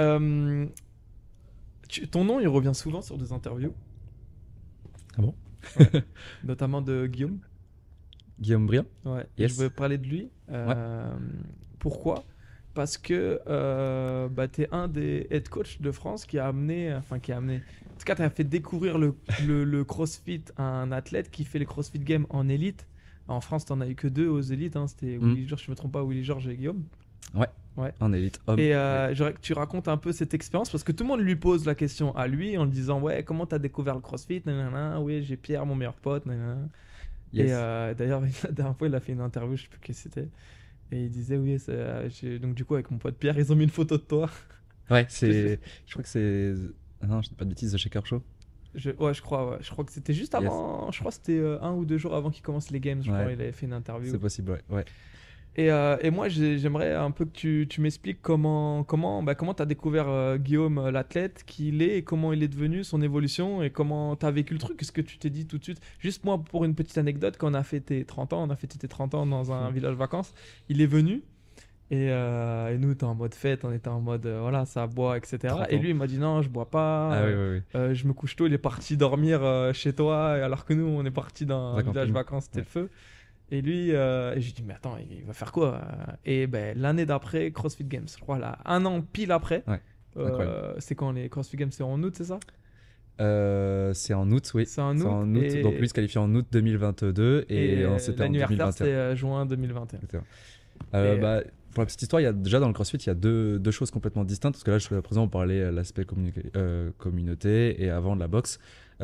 S2: Ton nom il revient souvent sur des interviews.
S3: Ah bon?
S2: Ouais. Notamment de Guillaume.
S3: Guillaume Briand.
S2: Ouais.
S3: Yes.
S2: Je veux parler de lui. Pourquoi? Parce que tu es un des head coach de France qui a amené. En tout cas, tu as fait découvrir le CrossFit à un athlète qui fait les CrossFit Games en élite. En France, tu n'en as eu que 2 aux élites. Hein. C'était Willy Georges, je ne me trompe pas, Willy Georges et Guillaume.
S3: Ouais. En élite homme.
S2: Et j'aimerais que tu racontes un peu cette expérience parce que tout le monde lui pose la question à lui en lui disant comment tu as découvert le CrossFit? Oui, j'ai Pierre, mon meilleur pote. Yes. Et d'ailleurs, la dernière fois, il a fait une interview, je ne sais plus qui c'était. Et il disait donc du coup avec mon pote Pierre ils ont mis une photo de toi.
S3: Ouais, je crois que c'est non, je dis pas de bêtises, de Shaker Show.
S2: Je crois que c'était juste avant. Je crois que c'était 1 ou 2 jours avant qu'il commence les games. Je crois il avait fait une interview.
S3: C'est possible, ouais.
S2: Et moi j'aimerais un peu que tu m'expliques comment t'as découvert Guillaume l'athlète, qui il est et comment il est devenu, son évolution et comment t'as vécu le truc. Qu'est-ce que tu t'es dit tout de suite? Juste moi pour une petite anecdote, quand on a fêté tes 30 ans, dans un village vacances, il est venu et nous on était en mode fête, on était en mode ça boit etc. Et lui il m'a dit non je bois pas,
S3: oui.
S2: Je me couche tôt, il est parti dormir chez toi alors que nous on est parti dans un village vacances, c'était le feu. Et lui, et je lui dis, mais attends, il va faire quoi? Et l'année d'après, CrossFit Games, je crois, là, 1 an pile après.
S3: Ouais,
S2: c'est quand les CrossFit Games, c'est en août, c'est ça?
S3: C'est en aout, oui.
S2: C'est en août.
S3: Et... Donc lui se qualifie en août 2022 et c'était en 2021.
S2: C'était juin 2021.
S3: Pour la petite histoire, déjà dans le CrossFit, il y a deux choses complètement distinctes. Parce que là, jusqu'à présent, on parlait de l'aspect communauté et avant de la boxe.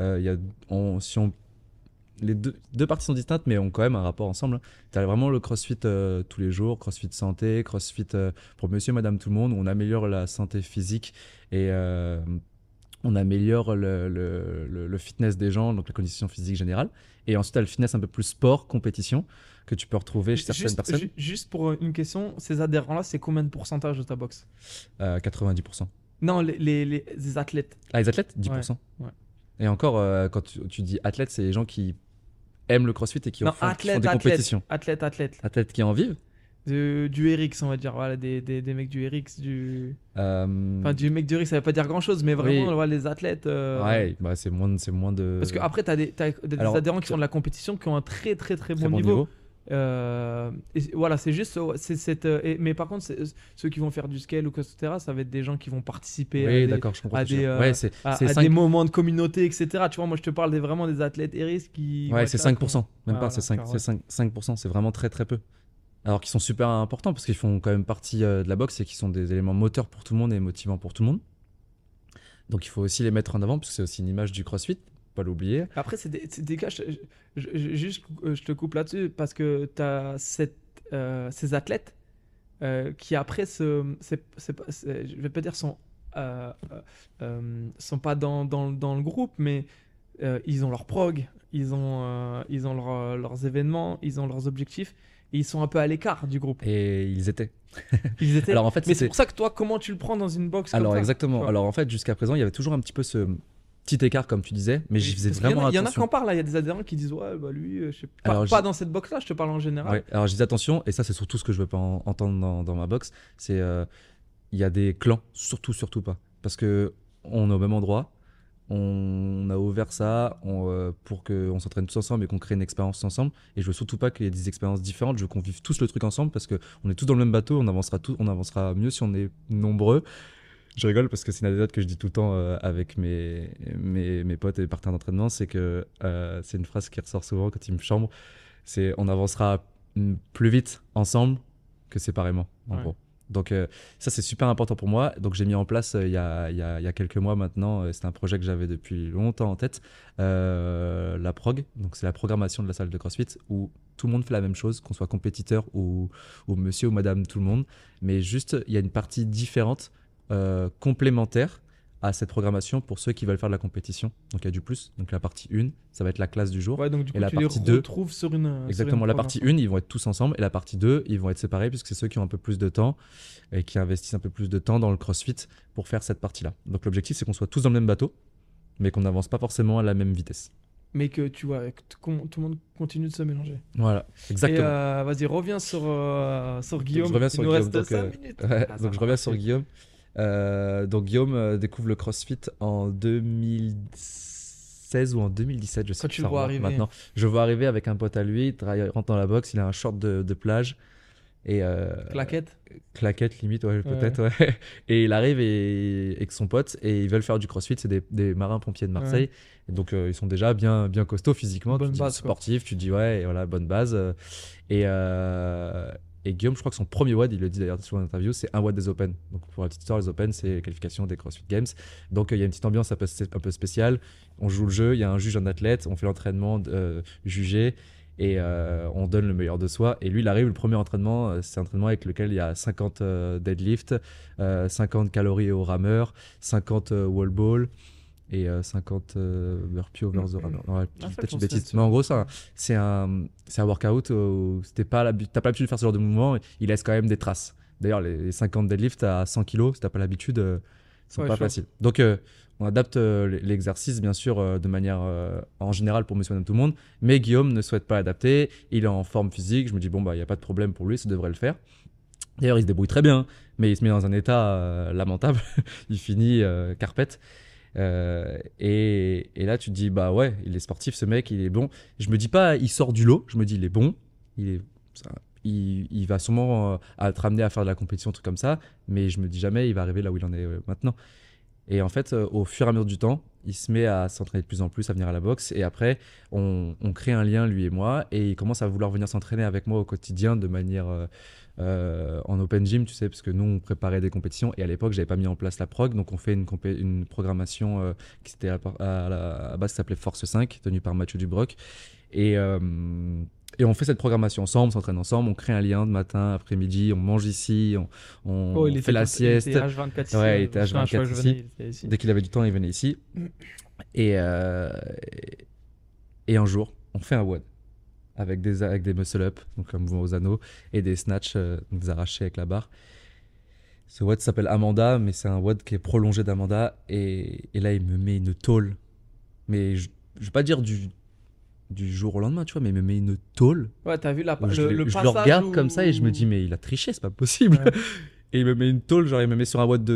S3: Les deux parties sont distinctes, mais ont quand même un rapport ensemble. Tu as vraiment le CrossFit tous les jours, CrossFit santé, CrossFit pour monsieur, madame, tout le monde, où on améliore la santé physique et on améliore le fitness des gens, donc la condition physique générale. Et ensuite, tu as le fitness un peu plus sport, compétition, que tu peux retrouver chez certaines personnes.
S2: Juste pour une question, ces adhérents-là, c'est combien de pourcentage de ta boxe?
S3: 90%.
S2: Non, les athlètes.
S3: Ah, les athlètes 10%.
S2: Ouais.
S3: Et encore, quand tu dis athlète, c'est les gens qui aiment le CrossFit et qui font des compétitions. Athlètes qui en vivent.
S2: Du RX, on va dire, voilà, des mecs du RX, enfin du mec du RX, ça veut pas dire grand chose, mais vraiment voilà, les athlètes.
S3: Ouais, c'est moins de.
S2: Parce qu'après, t'as des adhérents qui font de la compétition qui ont un très très très bon niveau. Et voilà, c'est juste mais par contre ceux qui vont faire du scale ou etc, ça va être des gens qui vont participer à des moments de communauté etc. Tu vois, moi je te parle vraiment des athlètes RX qui
S3: c'est 5%, même pas, c'est 5%, c'est vraiment très très peu, alors qu'ils sont super importants parce qu'ils font quand même partie de la boxe et qui sont des éléments moteurs pour tout le monde et motivants pour tout le monde, donc il faut aussi les mettre en avant parce que c'est aussi une image du CrossFit. pas l'oublier.
S2: Après, c'est des cas, je te coupe là-dessus parce que tu as ces athlètes qui après, je vais pas dire sont pas dans le groupe, mais ils ont leur prog, ils ont leurs événements, ils ont leurs objectifs. Et ils sont un peu à l'écart du groupe.
S3: Et ils étaient.
S2: Ils étaient.
S3: Alors en fait,
S2: mais c'est pour ça que toi, comment tu le prends dans une box
S3: Alors
S2: comme ça,
S3: exactement. Alors en fait, jusqu'à présent, il y avait toujours un petit peu ce petit écart, comme tu disais, mais j'y faisais vraiment attention.
S2: Il y en a qui en parlent, là. Il y a des adhérents qui disent ouais, bah lui, je sais pas. Alors, pas dans cette box-là, je te parle en général.
S3: Ouais. Alors je dis attention, et ça c'est surtout ce que je veux pas entendre dans ma box, c'est il y a des clans, surtout pas, parce que on est au même endroit. On a ouvert ça pour qu'on s'entraîne tous ensemble et qu'on crée une expérience ensemble. Et je veux surtout pas qu'il y ait des expériences différentes. Je veux qu'on vive tous le truc ensemble parce qu'on est tous dans le même bateau. On avancera mieux si on est nombreux. Je rigole parce que c'est une anecdote que je dis tout le temps avec mes potes et partenaires d'entraînement. C'est que c'est une phrase qui ressort souvent quand ils me chambrent. C'est on avancera plus vite ensemble que séparément, en gros. Donc ça c'est super important pour moi. Donc j'ai mis en place il y a quelques mois maintenant, c'est un projet que j'avais depuis longtemps en tête, la prog. Donc c'est la programmation de la salle de CrossFit où tout le monde fait la même chose, qu'on soit compétiteur ou monsieur ou madame tout le monde. Mais juste il y a une partie différente, complémentaire à cette programmation pour ceux qui veulent faire de la compétition. Donc il y a du plus. Donc la partie 1, ça va être la classe du jour.
S2: Ouais, donc du coup,
S3: et la
S2: tu
S3: partie
S2: les retrouves sur une.
S3: Exactement. La partie 1, ils vont être tous ensemble. Et la partie 2, ils vont être séparés puisque c'est ceux qui ont un peu plus de temps et qui investissent un peu plus de temps dans le CrossFit pour faire cette partie-là. Donc l'objectif, c'est qu'on soit tous dans le même bateau, mais qu'on n'avance pas forcément à la même vitesse.
S2: Mais que tu vois, que tout le monde continue de se mélanger.
S3: Voilà, exactement.
S2: Et vas-y, reviens sur Guillaume.
S3: Donc, je reviens sur
S2: Il
S3: Guillaume.
S2: nous reste 5 minutes.
S3: Ouais, donc je reviens sur Guillaume. Donc Guillaume découvre le CrossFit en 2016 ou en 2017, je sais pas.
S2: Quand tu le vois arriver.
S3: Maintenant, je le vois arriver avec un pote à lui, il rentre dans la box, il a un short de plage et claquette limite, ouais, peut-être, ouais. Et il arrive avec son pote et ils veulent faire du CrossFit, c'est des marins pompiers de Marseille. Ouais. Et donc ils sont déjà bien costauds physiquement,
S2: bonne base,
S3: sportif, tu dis ouais, et voilà, bonne base. Et Guillaume, je crois que son premier WOD, il le dit d'ailleurs souvent en interview, c'est un WOD des Open. Donc pour la petite histoire, les Open, c'est les qualifications des CrossFit Games. Donc il y a une petite ambiance un peu spéciale. On joue le jeu, il y a un juge, un athlète, on fait l'entraînement jugé et on donne le meilleur de soi. Et lui, il arrive, le premier entraînement, c'est un entraînement avec lequel il y a 50 deadlift, 50 calories au rameur, 50 wall ball et 50 burpees over the rammer. Ouais, peut-être une bêtise. Mais en gros, c'est un workout où t'as pas l'habitude de faire ce genre de mouvement. Il laisse quand même des traces. D'ailleurs, les 50 deadlifts à 100 kg, si t'as pas l'habitude, sont pas faciles. Donc, on adapte l'exercice, bien sûr, de manière en général pour monsieur et madame tout le monde. Mais Guillaume ne souhaite pas l'adapter. Il est en forme physique. Je me dis, bon, il n'y a pas de problème pour lui, ça devrait le faire. D'ailleurs, il se débrouille très bien, mais il se met dans un état lamentable. Il finit carpette. Et là tu te dis bah ouais, il est sportif ce mec, il est bon. Je me dis pas il sort du lot, je me dis il est bon, il va sûrement être amené à faire de la compétition, truc comme ça, mais je me dis jamais il va arriver là où il en est maintenant. Et en fait au fur et à mesure du temps il se met à s'entraîner de plus en plus, à venir à la boxe, et après on crée un lien lui et moi, et il commence à vouloir venir s'entraîner avec moi au quotidien de manière en open gym, tu sais, parce que nous on préparait des compétitions et à l'époque j'avais pas mis en place la prog, donc on fait une programmation qui était à la base, qui s'appelait Force 5, tenue par Mathieu Dubroc, et on fait cette programmation ensemble, on s'entraîne ensemble, on crée un lien de matin, après-midi, on mange ici, on fait la sieste.
S2: Il était H24 ici.
S3: Ouais, il était H24 ici. Dès qu'il avait du temps, il venait ici. Et un jour, on fait un WOD avec des muscle-up, donc un mouvement aux anneaux, et des snatchs, des arrachés avec la barre. Ce WOD s'appelle Amanda, mais c'est un WOD qui est prolongé d'Amanda. Et là, il me met une tôle. Mais je ne vais pas dire du jour au lendemain, tu vois, mais il me met une tôle.
S2: Ouais, t'as vu le
S3: passage. Je le regarde comme ça et je me dis, mais il a triché, c'est pas possible. Ouais. Et il me met une tôle, genre il me met sur un WOD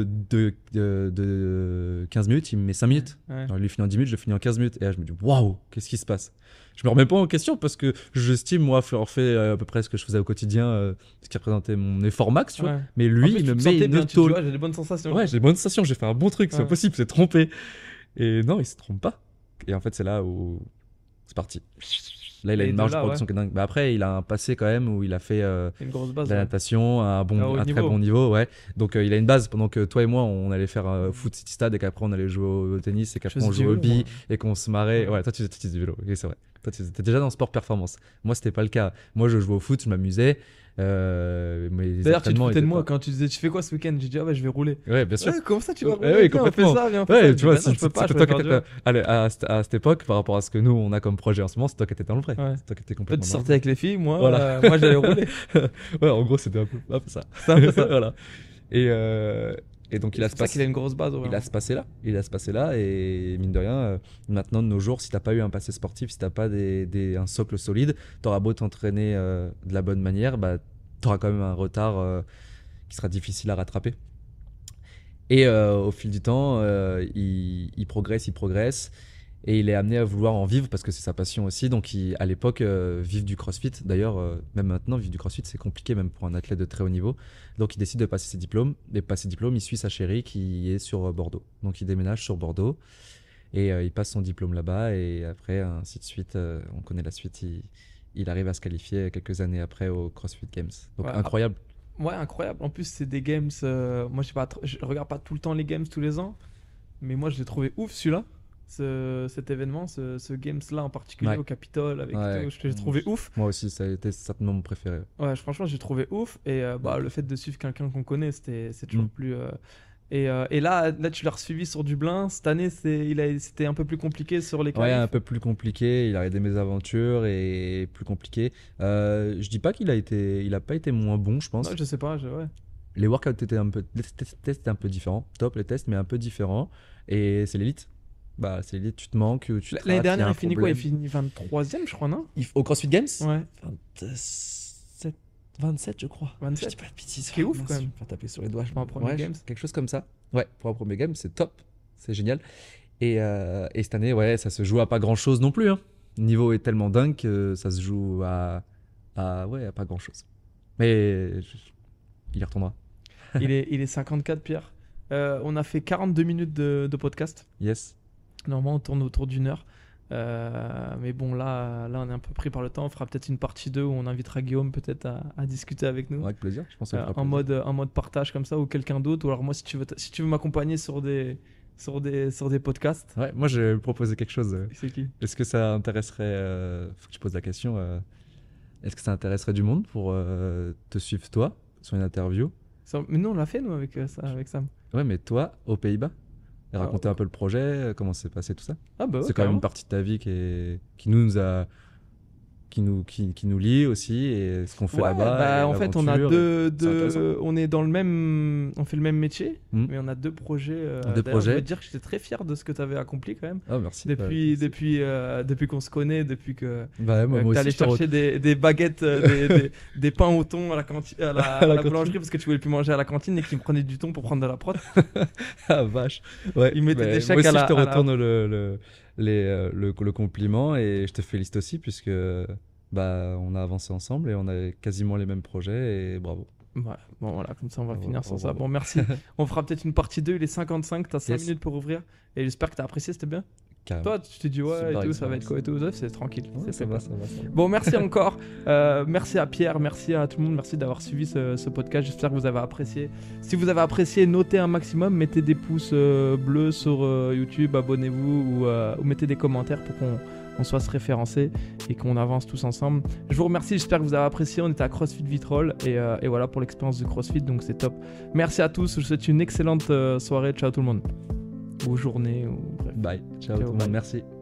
S3: de 15 minutes, il me met 5 minutes. Ouais. Alors, lui finit en 10 minutes, je le finis en 15 minutes. Et là, je me dis, waouh, qu'est-ce qui se passe? Je me remets pas en question parce que j'estime, moi, avoir fait à peu près ce que je faisais au quotidien, ce qui représentait mon effort max, tu vois. Mais lui, il me met une tôle.
S2: Ouais, j'ai des bonnes sensations.
S3: Ouais, j'ai des bonnes sensations, j'ai fait un bon truc, c'est pas possible, c'est trompé. Et non, il se trompe pas. Et en fait, c'est là où c'est parti. Là, il a une marge de progression qui est dingue. Mais après, il a un passé quand même où il a fait
S2: une grosse base,
S3: de la natation, un très bon niveau. Ouais. Donc, il a une base pendant que toi et moi, on allait faire foot City Stade et qu'après, on allait jouer au tennis et qu'après, on jouait au billes et qu'on se marrait. Ouais, toi, tu faisais du vélo. Okay, c'est vrai. Toi, tu étais déjà dans le sport performance. Moi, c'était pas le cas. Moi, je jouais au foot, je m'amusais.
S2: D'ailleurs, tu te foutais de moi quand tu disais tu fais quoi ce week-end? J'ai dit ah ouais, je vais rouler.
S3: Ouais, bien sûr.
S2: Comment ça tu vas rouler? Oui,
S3: complètement.
S2: On fait ça, viens, on fait ça.
S3: Tu vois,
S2: je peux pas.
S3: Allez, à cette époque, par rapport à ce que nous on a comme projet en ce moment, c'est toi qui étais dans le vrai.
S2: Ouais.
S3: C'est toi qui étais complètement.
S2: Tu sortais avec les filles, moi, moi j'allais rouler.
S3: Ouais, en gros, c'était un peu ça.
S2: C'est un peu ça.
S3: Voilà. Et donc il a
S2: c'est ça qu'il a une grosse base.
S3: Il a ce passé là et mine de rien maintenant de nos jours, si t'as pas eu un passé sportif, si t'as pas un socle solide, t'auras beau t'entraîner de la bonne manière, bah t'auras quand même un retard qui sera difficile à rattraper. Et au fil du temps, il progresse et il est amené à vouloir en vivre parce que c'est sa passion aussi. Donc à l'époque, vivre du crossfit, d'ailleurs même maintenant vivre du crossfit c'est compliqué même pour un athlète de très haut niveau. Donc il décide de passer ses diplômes. Et passer ses diplômes, il suit sa chérie qui est sur Bordeaux. Donc il déménage sur Bordeaux et il passe son diplôme là-bas et après ainsi de suite, on connaît la suite. Il arrive à se qualifier quelques années après au CrossFit Games. Donc incroyable.
S2: Ouais, incroyable. En plus, c'est des games. Moi, je regarde pas tout le temps les games tous les ans, mais moi, je l'ai trouvé ouf celui-là. Cet événement, ce games-là en particulier au Capitole, avec je l'ai trouvé ouf.
S3: Moi aussi, ça a été certainement mon préféré.
S2: Ouais, franchement, j'ai trouvé ouf. Et le fait de suivre quelqu'un qu'on connaît, c'est toujours plus. Et là, tu l'as suivi sur Dublin. Cette année, c'était un peu plus compliqué sur les qualifs.
S3: Ouais, un peu plus compliqué. Il a eu des mésaventures et plus compliqué. Je dis pas qu'il a pas été moins bon, je pense.
S2: Non, je sais pas.
S3: Les workouts étaient les tests étaient un peu différents. Top les tests, mais un peu différents. Et c'est l'élite. Bah, c'est l'élite, tu te manques.
S2: L'année dernière, il finit quoi? Il finit 23ème, je crois, non?
S3: Au CrossFit Games?
S2: Ouais.
S3: 27, je crois.
S2: 27.
S3: Je dis pas de bêtises.
S2: Ce qui est ouf quand même.
S3: Pas taper sur les doigts.
S2: Pour un premier Games.
S3: Quelque chose comme ça. Ouais, pour un premier Game, c'est top. C'est génial. Et cette année, ouais, ça se joue à pas grand chose non plus. Hein. Le niveau est tellement dingue que ça se joue à pas grand chose. Mais il y retournera.
S2: Il est 54, Pierre. On a fait 42 minutes de podcast.
S3: Yes.
S2: Normalement, on tourne autour d'1 heure. Mais bon, là, on est un peu pris par le temps. On fera peut-être une partie 2 où on invitera Guillaume peut-être à discuter avec nous.
S3: Ouais, avec plaisir. Je pense
S2: en mode partage comme ça, ou quelqu'un d'autre. Ou alors moi, si tu veux m'accompagner sur des podcasts.
S3: Ouais, moi, je vais proposer quelque chose.
S2: C'est qui?
S3: Est-ce que ça intéresserait... faut que je pose la question. Est-ce que ça intéresserait du monde pour te suivre toi sur une interview?
S2: Mais nous, on l'a fait, nous, avec Sam.
S3: Ouais, mais toi, aux Pays-Bas, et raconter un peu le projet, comment s'est passé tout ça.
S2: Ah bah ouais,
S3: c'est quand même une partie de ta vie qui nous lie aussi, et ce qu'on fait là-bas.
S2: En fait, on a on est dans le même, on fait le même métier, mais on a deux projets. Je veux dire que j'étais très fier de ce que tu avais accompli quand même.
S3: Ah, merci.
S2: Depuis qu'on se connaît, depuis que tu allais chercher des baguettes, des pains au thon à la boulangerie parce que tu voulais plus manger à la cantine et qu'ils me prenaient du thon pour prendre de la prot.
S3: Ah vache. Ouais.
S2: Ils mettaient des chèques
S3: moi aussi, je te retourne le compliment et je te félicite aussi puisque on a avancé ensemble et on a quasiment les mêmes projets et bravo.
S2: Ouais, bon voilà, comme ça on va finir sans ça. Bon, merci. On fera peut-être une partie 2, il est 55, t'as 5 minutes pour ouvrir et j'espère que t'as apprécié, c'était bien.
S3: Carrément.
S2: Toi, tu t'es dit ouais, et tout, ça va être quoi et tout, c'est tranquille.
S3: Ouais, ça va.
S2: Bon, merci encore. Merci à Pierre, merci à tout le monde, merci d'avoir suivi ce podcast. J'espère que vous avez apprécié. Si vous avez apprécié, notez un maximum, mettez des pouces bleus sur YouTube, abonnez-vous ou mettez des commentaires pour qu'on soit référencé et qu'on avance tous ensemble. Je vous remercie, j'espère que vous avez apprécié. On était à CrossFit Vitrolles et voilà pour l'expérience du CrossFit, donc c'est top. Merci à tous, je vous souhaite une excellente soirée. Ciao tout le monde. Ou journée, ou bref.
S3: Bye. Ciao tout le monde, merci.